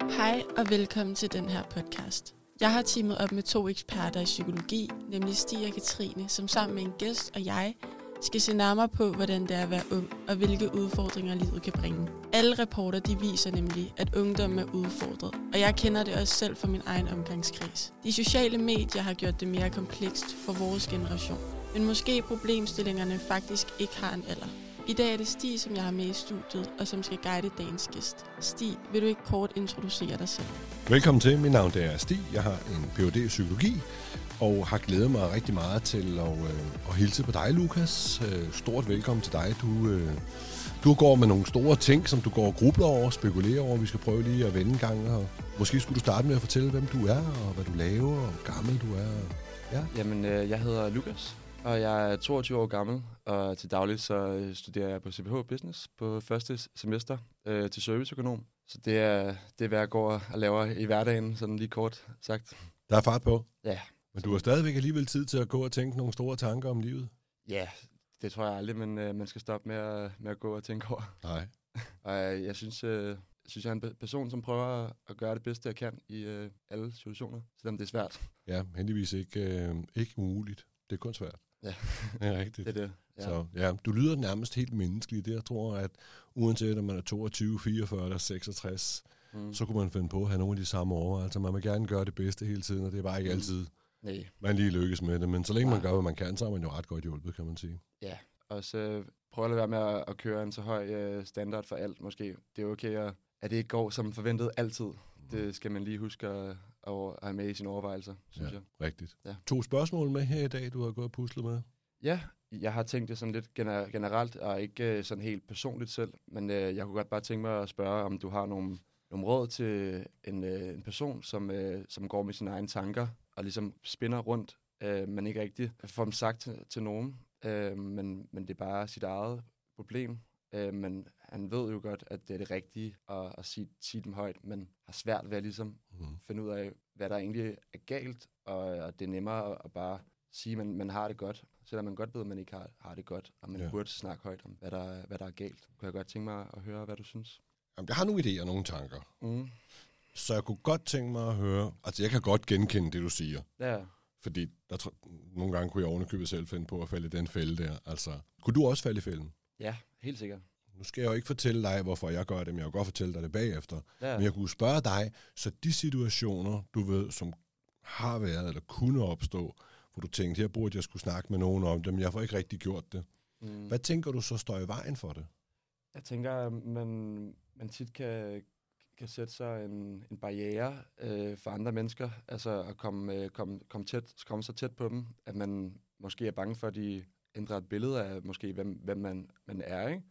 Hej og velkommen til den her podcast. Jeg har teamet op med 2 eksperter i psykologi, nemlig Stig og Katrine, som sammen med en gæst og jeg skal se nærmere på, hvordan det er at være ung, og hvilke udfordringer livet kan bringe. Alle rapporter de viser nemlig, at ungdom er udfordret, og jeg kender det også selv fra min egen omgangskreds. De sociale medier har gjort det mere komplekst for vores generation, men måske problemstillingerne faktisk ikke har en alder. I dag er det Stig, som jeg har med i studiet, og som skal guide dagens gæst. Stig, vil du ikke kort introducere dig selv? Velkommen til. Mit navn er Stig. Jeg har en Ph.D. i psykologi, og har glædet mig rigtig meget til at hilse på dig, Lukas. Stort velkommen til dig. Du går med nogle store ting, som du går og grubler over, spekulerer over. Vi skal prøve lige at vende en gang, og måske skulle du starte med at fortælle, hvem du er, og hvad du laver, og hvor gammel du er. Ja. Jamen, jeg hedder Lukas, og jeg er 22 år gammel, og til dagligt så studerer jeg på CPH Business på første semester til serviceøkonom. Så det er, hvad jeg går og laver i hverdagen, sådan lige kort sagt. Der er fart på. Ja. Men du har stadigvæk alligevel tid til at gå og tænke nogle store tanker om livet. Ja, det tror jeg aldrig, men man skal stoppe med at gå og tænke over. Nej. Og jeg synes, jeg er en person, som prøver at gøre det bedste, jeg kan i alle situationer, selvom det er svært. Ja, heldigvis ikke umuligt. Det er kun svært. Ja, det er rigtigt. Det er det. Ja. Så ja, du lyder nærmest helt menneskelig. Det jeg tror, at uanset om man er 22, 44 eller 66, så kunne man finde på at have nogle af de samme overvejelser. Man vil gerne gøre det bedste hele tiden, og det er bare ikke altid, man lige lykkes med det. Men så længe man gør, hvad man kan, så er man jo ret godt hjulpet, kan man sige. Ja, og så prøv at lade være med at køre en så høj standard for alt, måske. Det er okay, at det ikke går som forventet altid. Det skal man lige huske at have med i sine overvejelser, synes jeg. Rigtigt. Ja. 2 spørgsmål med her i dag, du har gået og puslet med. Ja, jeg har tænkt det sådan lidt generelt, og ikke sådan helt personligt selv, men jeg kunne godt bare tænke mig at spørge, om du har nogle råd til en person, som går med sine egne tanker, og ligesom spinner rundt, men ikke rigtig får dem sagt til nogen, men det er bare sit eget problem. Men han ved jo godt, at det er det rigtige at sige dem højt, men har svært ved at ligesom finde ud af, hvad der egentlig er galt, og det er nemmere at bare sige, at man har det godt, selvom man godt ved, at man ikke har det godt, og man burde snakke højt om, hvad der er galt. Kunne jeg godt tænke mig at høre, hvad du synes? Jamen, jeg har nogle idéer og nogle tanker. Så jeg kunne godt tænke mig at høre, altså jeg kan godt genkende det, du siger. Ja. Fordi nogle gange kunne jeg ovenikøbet selv finde på at falde i den fælde der. Altså, kunne du også falde i fælden? Ja, helt sikkert. Nu skal jeg jo ikke fortælle dig, hvorfor jeg gør det, men jeg vil godt fortælle dig det bagefter. Ja. Men jeg kunne spørge dig, så de situationer, du ved, som har været eller kunne opstå, hvor du tænkte, her burde jeg skulle snakke med nogen om det, men jeg får ikke rigtig gjort det. Hvad tænker du så står i vejen for det? Jeg tænker, at man tit kan sætte sig en barriere for andre mennesker, altså at komme så tæt på dem, at man måske er bange for, at de ændrer et billede af måske, hvem man er, ikke?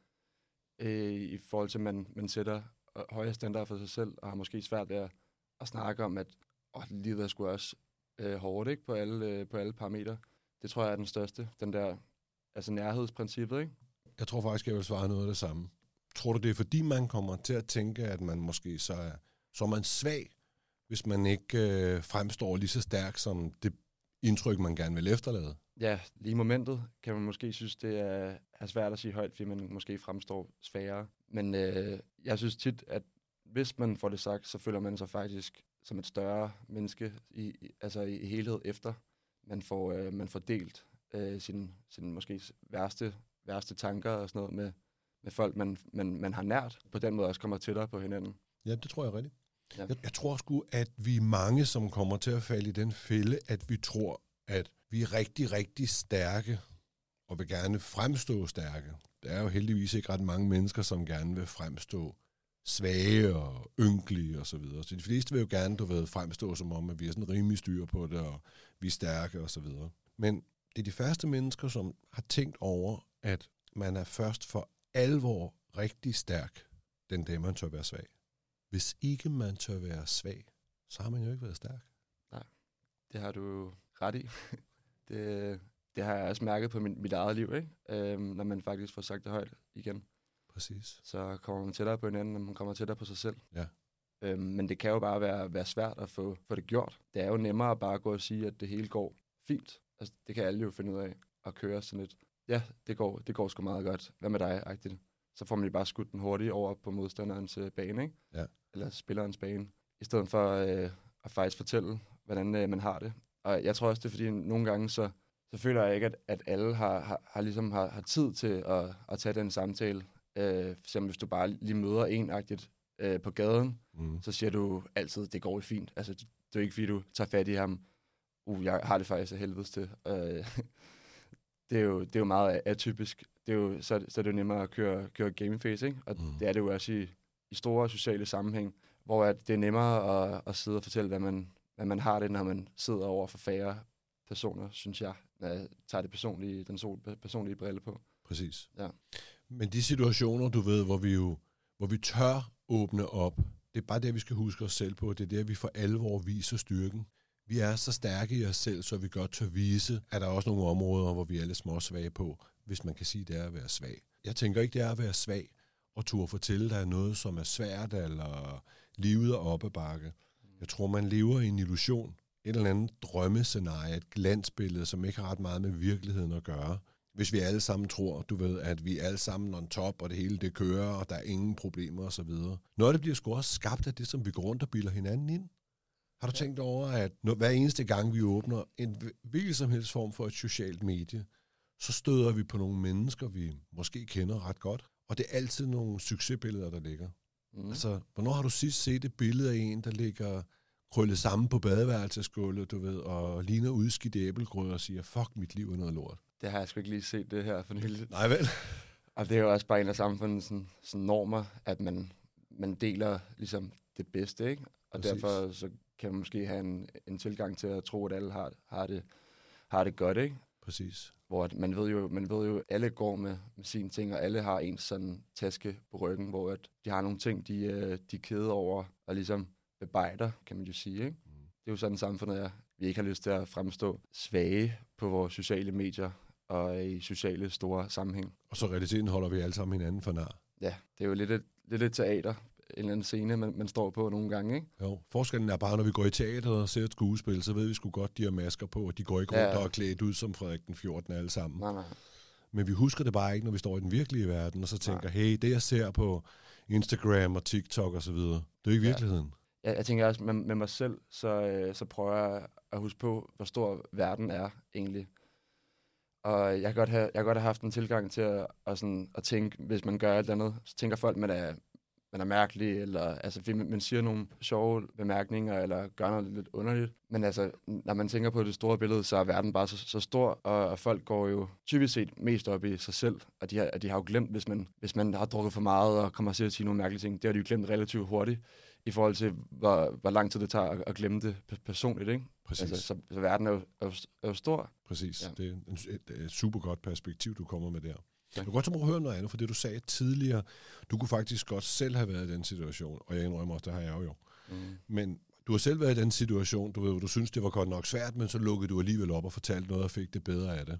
I forhold til, at man sætter højere standarder for sig selv, og har måske svært ved at snakke om, at livet er sgu også hårdt, ikke? På alle parametre. Det tror jeg er den største, den der nærhedsprincippet, ikke? Jeg tror faktisk, jeg vil svare noget af det samme. Tror du, det er fordi, man kommer til at tænke, at man måske så er man svag, hvis man ikke fremstår lige så stærk som det indtryk, man gerne vil efterlade? Ja, lige i momentet kan man måske synes, det er svært at sige højt, fordi man måske fremstår svagere. Men jeg synes tit, at hvis man får det sagt, så føler man sig faktisk som et større menneske i helhed efter. Man får delt sine måske værste tanker og sådan noget med folk, man har nært. På den måde også kommer tættere på hinanden. Ja, det tror jeg rigtigt. Ja. Jeg tror sgu, at vi er mange, som kommer til at falde i den fælde, at vi tror, at vi er rigtig, rigtig stærke og vil gerne fremstå stærke. Der er jo heldigvis ikke ret mange mennesker, som gerne vil fremstå svage og ynkelige og så videre. Så de fleste vil jo gerne, fremstå som om, at vi er sådan rimelig styr på det, og vi er stærke og så videre. Men det er de første mennesker, som har tænkt over, at man er først for alvor rigtig stærk, den dag man tør være svag. Hvis ikke man tør være svag, så har man jo ikke været stærk. Nej, det har du ret i. Det har jeg også mærket på mit eget liv, ikke? Når man faktisk får sagt det højt igen. Præcis. Så kommer man tættere på hinanden, og man kommer tættere på sig selv. Ja. Men det kan jo bare være svært at få det gjort. Det er jo nemmere bare at gå og sige, at det hele går fint. Altså, det kan alle jo finde ud af at køre sådan lidt. Ja, det går sgu meget godt. Hvad med dig-agtigt? Så får man jo bare skudt den hurtigt over på modstanderens bane, ikke? Ja. Eller spillerens bane. i stedet for at faktisk fortælle, hvordan man har det. Og jeg tror også, det er fordi, nogle gange så føler jeg ikke, at alle har tid til at tage den samtale. For eksempel, hvis du bare lige møder en-agtigt på gaden, så siger du altid, det går fint. Altså, det er jo ikke, fordi du tager fat i ham. Jeg har det faktisk af helvedes til. Det er jo meget atypisk. Så er det jo nemmere at køre gameface, ikke? Og det er det jo også i store sociale sammenhæng, hvor det er nemmere at sidde og fortælle, hvad man har det, når man sidder over for færre personer, synes jeg, når jeg tager den personlige brille på. Præcis. Ja. Men de situationer, du ved, hvor vi tør åbne op, det er bare det, vi skal huske os selv på. Det er det, vi for alvor viser styrken. Vi er så stærke i os selv, så vi godt tør vise, at der er også nogle områder, hvor vi er lidt småsvage på, hvis man kan sige, det er at være svag. Jeg tænker ikke, det er at være svag, og turde fortælle dig noget, som er svært, eller livet er op ad bakke. Jeg tror, man lever i en illusion, et eller andet drømmescenarie, et glansbillede, som ikke har ret meget med virkeligheden at gøre. Hvis vi alle sammen tror, du ved, at vi er alle sammen on top, og det hele det kører, og der er ingen problemer osv. Noget af det bliver sgu også skabt af det, som vi går rundt og bilder hinanden ind. Har du tænkt over, at hver eneste gang, vi åbner en hvilken som helst form for et socialt medie, så støder vi på nogle mennesker, vi måske kender ret godt, og det er altid nogle succesbilleder, der ligger. Altså, hvornår har du sidst set et billede af en, der ligger krøllet sammen på badeværelsesgulvet, du ved, og ligner udskidt æblegrød og siger, fuck, mit liv er noget lort? Det har jeg sgu ikke lige set det her for nylig. Nej vel? Og det er jo også bare en af samfundets sådan normer, at man deler ligesom det bedste, ikke? Og Præcis. derfor så kan man måske have en tilgang til at tro, at alle har det godt, ikke? Præcis. Hvor man ved jo, alle går med sine ting, og alle har en sådan taske på ryggen, hvor at de har nogle ting, de er kede over, og ligesom bebejder, kan man jo sige, ikke? Det er jo sådan samfundet er. Vi ikke har lyst til at fremstå svage på vores sociale medier og i sociale store sammenhæng. Og så i realiteten holder vi alle sammen hinanden for nar. Ja, det er jo lidt et teater, en eller anden scene, man står på nogle gange, ikke? Jo, forskellen er bare, når vi går i teater og ser et skuespil, så ved vi sgu godt, de har masker på, og de går ikke rundt og er klædt ud som Frederik den 14. alle sammen. Nej. Men vi husker det bare ikke, når vi står i den virkelige verden, og så tænker, hey, det jeg ser på Instagram og TikTok og så videre, det er jo ikke virkeligheden. Ja, jeg tænker også, med mig selv, så prøver jeg at huske på, hvor stor verden er egentlig. Og jeg kan godt have haft en tilgang til at tænke, hvis man gør et eller andet, så tænker folk, man er mærkelig, eller altså, fordi man siger nogle sjove bemærkninger, eller gør noget lidt underligt. Men altså, når man tænker på det store billede, så er verden bare så stor, og folk går jo typisk set mest op i sig selv, og de har jo glemt, hvis man har drukket for meget, og kommer til at sige nogle mærkelige ting, det har de jo glemt relativt hurtigt, i forhold til, hvor lang tid det tager at glemme det personligt, ikke? Præcis. Altså, så verden er jo stor. Præcis. Ja. Det er et super godt perspektiv, du kommer med der. Ja. Jeg kunne godt tænke mig at høre noget andet, for det du sagde tidligere, du kunne faktisk godt selv have været i den situation, og jeg indrømmer også, det har jeg jo. Men du har selv været i den situation, du synes, det var godt nok svært, men så lukkede du alligevel op og fortalte noget og fik det bedre af det.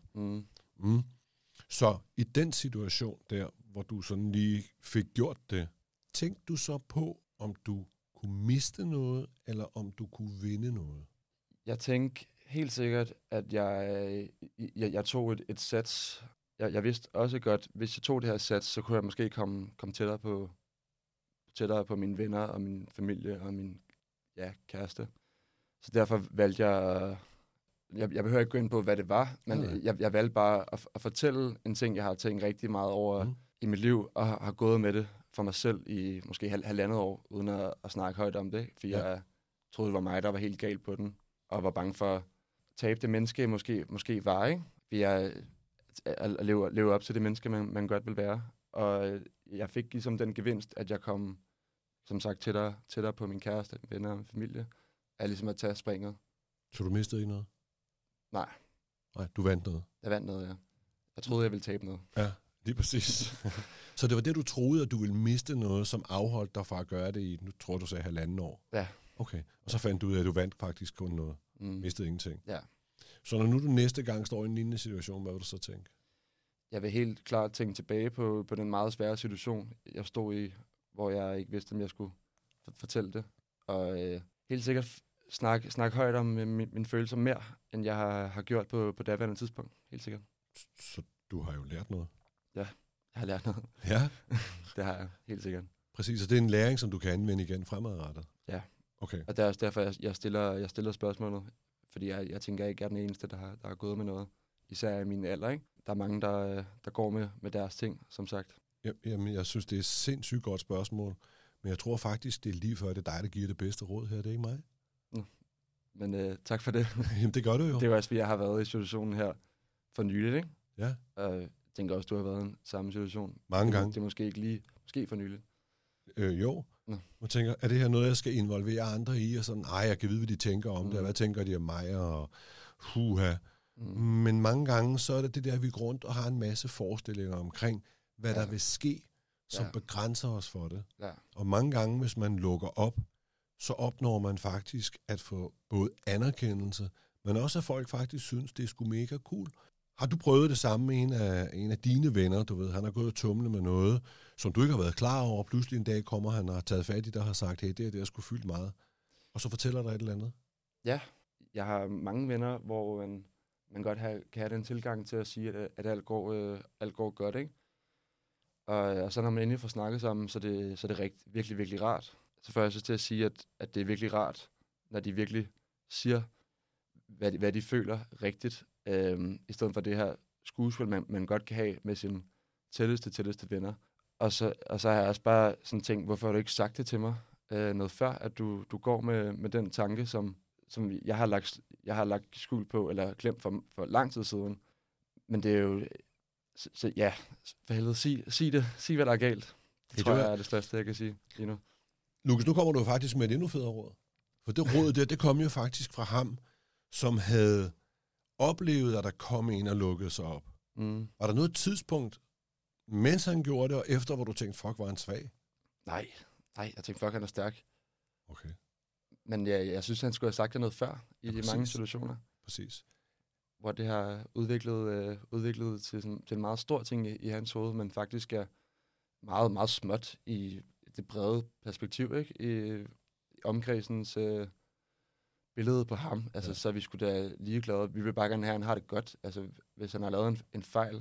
Så i den situation der, hvor du sådan lige fik gjort det, tænkte du så på, om du kunne miste noget, eller om du kunne vinde noget? Jeg tænkte helt sikkert, at jeg tog et sats. Jeg vidste også godt, hvis jeg tog det her sats, så kunne jeg måske komme tættere på mine venner og min familie og min kæreste. Så derfor valgte jeg behøver ikke gå ind på, hvad det var, men jeg valgte bare at fortælle en ting, jeg har tænkt rigtig meget over i mit liv, og har gået med det for mig selv i måske halvandet år, uden at snakke højt om det, fordi jeg troede, det var mig, der var helt galt på den, og var bange for at tabe det menneske, måske var, ikke? Fordi at leve op til det menneske, man godt vil være. Og jeg fik ligesom den gevinst, at jeg kom, som sagt, tættere på min kæreste, venner og familie, af ligesom at tage springet. Så du mistede ikke noget? Nej. Nej, du vandt noget? Jeg vandt noget, ja. Jeg troede, jeg ville tabe noget. Ja, lige præcis. Så det var det, du troede, at du ville miste noget, som afholdt dig fra at gøre det i, nu tror du sagde 1,5 år? Ja. Okay, og så fandt du ud af, at du vandt faktisk kun noget. Mistede ingenting. Ja. Så når nu du næste gang står i en lignende situation, hvad vil du så tænke? Jeg vil helt klart tænke tilbage på den meget svære situation, jeg stod i, hvor jeg ikke vidste, om jeg skulle fortælle det. Og helt sikkert snakke højt om mine følelser mere, end jeg har gjort på daværende tidspunkt. Helt sikkert. Så du har jo lært noget? Ja, jeg har lært noget. Ja? Det har jeg, helt sikkert. Præcis, og det er en læring, som du kan anvende igen fremadrettet? Ja, Okay. Og det er også derfor, jeg stiller spørgsmålet. Fordi jeg tænker ikke, jeg er den eneste, der har gået med noget. Især i min alder, ikke? Der er mange, der går med deres ting, som sagt. Jamen, jeg synes, det er et sindssygt godt spørgsmål. Men jeg tror faktisk, det er lige før, det er dig, der giver det bedste råd her. Det er ikke mig. Men tak for det. Jamen, det gør du jo. Det er jo også, fordi jeg har været i situationen her for nyligt, ikke? Ja. Og jeg tænker også, du har været i en samme situation. Mange gange. Det er måske ikke lige, måske for nyligt. Jo. Nå. Man tænker, er det her noget, jeg skal involvere andre i? Og sådan, jeg kan vide, hvad de tænker om det. Hvad tænker de om mig? Og huha. Men mange gange, så er det der, vi går rundt og har en masse forestillinger omkring, hvad der vil ske, som begrænser os for det. Ja. Og mange gange, hvis man lukker op, så opnår man faktisk at få både anerkendelse, men også at folk faktisk synes, det er sgu mega cool. Har du prøvet det samme med en af dine venner, du ved, han har gået og tumlet med noget, som du ikke har været klar over, og pludselig en dag kommer han og har taget fat i dig og har sagt, hey, det er sgu fyldt meget, og så fortæller dig et eller andet? Ja, jeg har mange venner, hvor man godt kan have den tilgang til at sige, at alt går godt, ikke? Og så når man endelig får snakket sammen, så er det virkelig, virkelig rart. Så får jeg så til at sige, at det er virkelig rart, når de virkelig siger, hvad de føler rigtigt, i stedet for det her skuespil, man godt kan have med sine tætteste venner. Og så har jeg også bare sådan tænkt, hvorfor har du ikke sagt det til mig noget før, at du går med den tanke, som jeg har lagt skjul på, eller glemt for lang tid siden. Men det er jo... Så ja, for helvede, sig det. Sig, hvad der er galt. Det tror jeg er det største, jeg kan sige lige nu. Lukas, nu kommer du faktisk med et endnu federe råd. For det råd der, det kom jo faktisk fra ham, som havde oplevet, at der kom en og lukkede sig op. Var der noget tidspunkt, mens han gjorde det, og efter, hvor du tænkte, fuck, var han svag? Nej, jeg tænkte, fuck, han er stærk. Okay. Men jeg synes, han skulle have sagt det noget før, i de mange situationer. Præcis. Hvor det har udviklet til en meget stor ting i hans hoved, men faktisk er meget, meget småt i det brede perspektiv, ikke? I omkredsens billede på ham. Altså, så er vi sgu da ligeglade. Vi vil bare gerne have, at han har det godt. Altså, hvis han har lavet en fejl,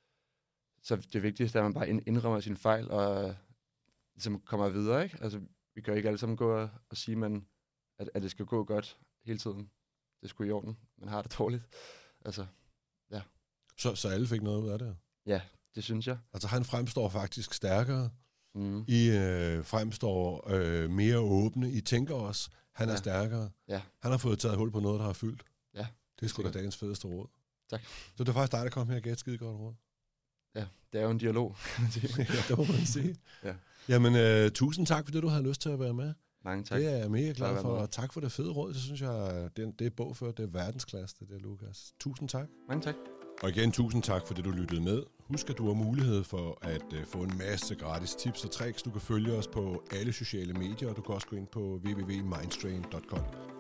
så det vigtigste er, at man bare indrømmer sin fejl, og ligesom kommer videre, ikke? Altså, vi kan jo ikke alle sammen gå og sige, at det skal gå godt hele tiden. Det skulle i orden. Man har det dårligt. Altså, ja. Så alle fik noget ud af det? Ja, det synes jeg. Altså, han fremstår faktisk stærkere. I fremstår mere åbne. I tænker også, han er stærkere. Ja. Han har fået taget hul på noget, der har fyldt. Ja. Det er sgu da dagens fedeste råd. Tak. Så det er faktisk dig, der kom her og gav et skide godt råd. Ja, det er jo en dialog, kan man sige. Ja, det må man sige. Ja. Jamen, tusind tak, fordi du havde lyst til at være med. Mange tak. Det er jeg mega glad for, og tak for det fede råd. Det synes jeg, det er bogført, det er verdensklasse, det der, Lukas. Tusind tak. Mange tak. Og igen, tusind tak, fordi du lyttede med. Husk, at du har mulighed for at få en masse gratis tips og tricks. Du kan følge os på alle sociale medier, og du kan også gå ind på www.mindstrain.com.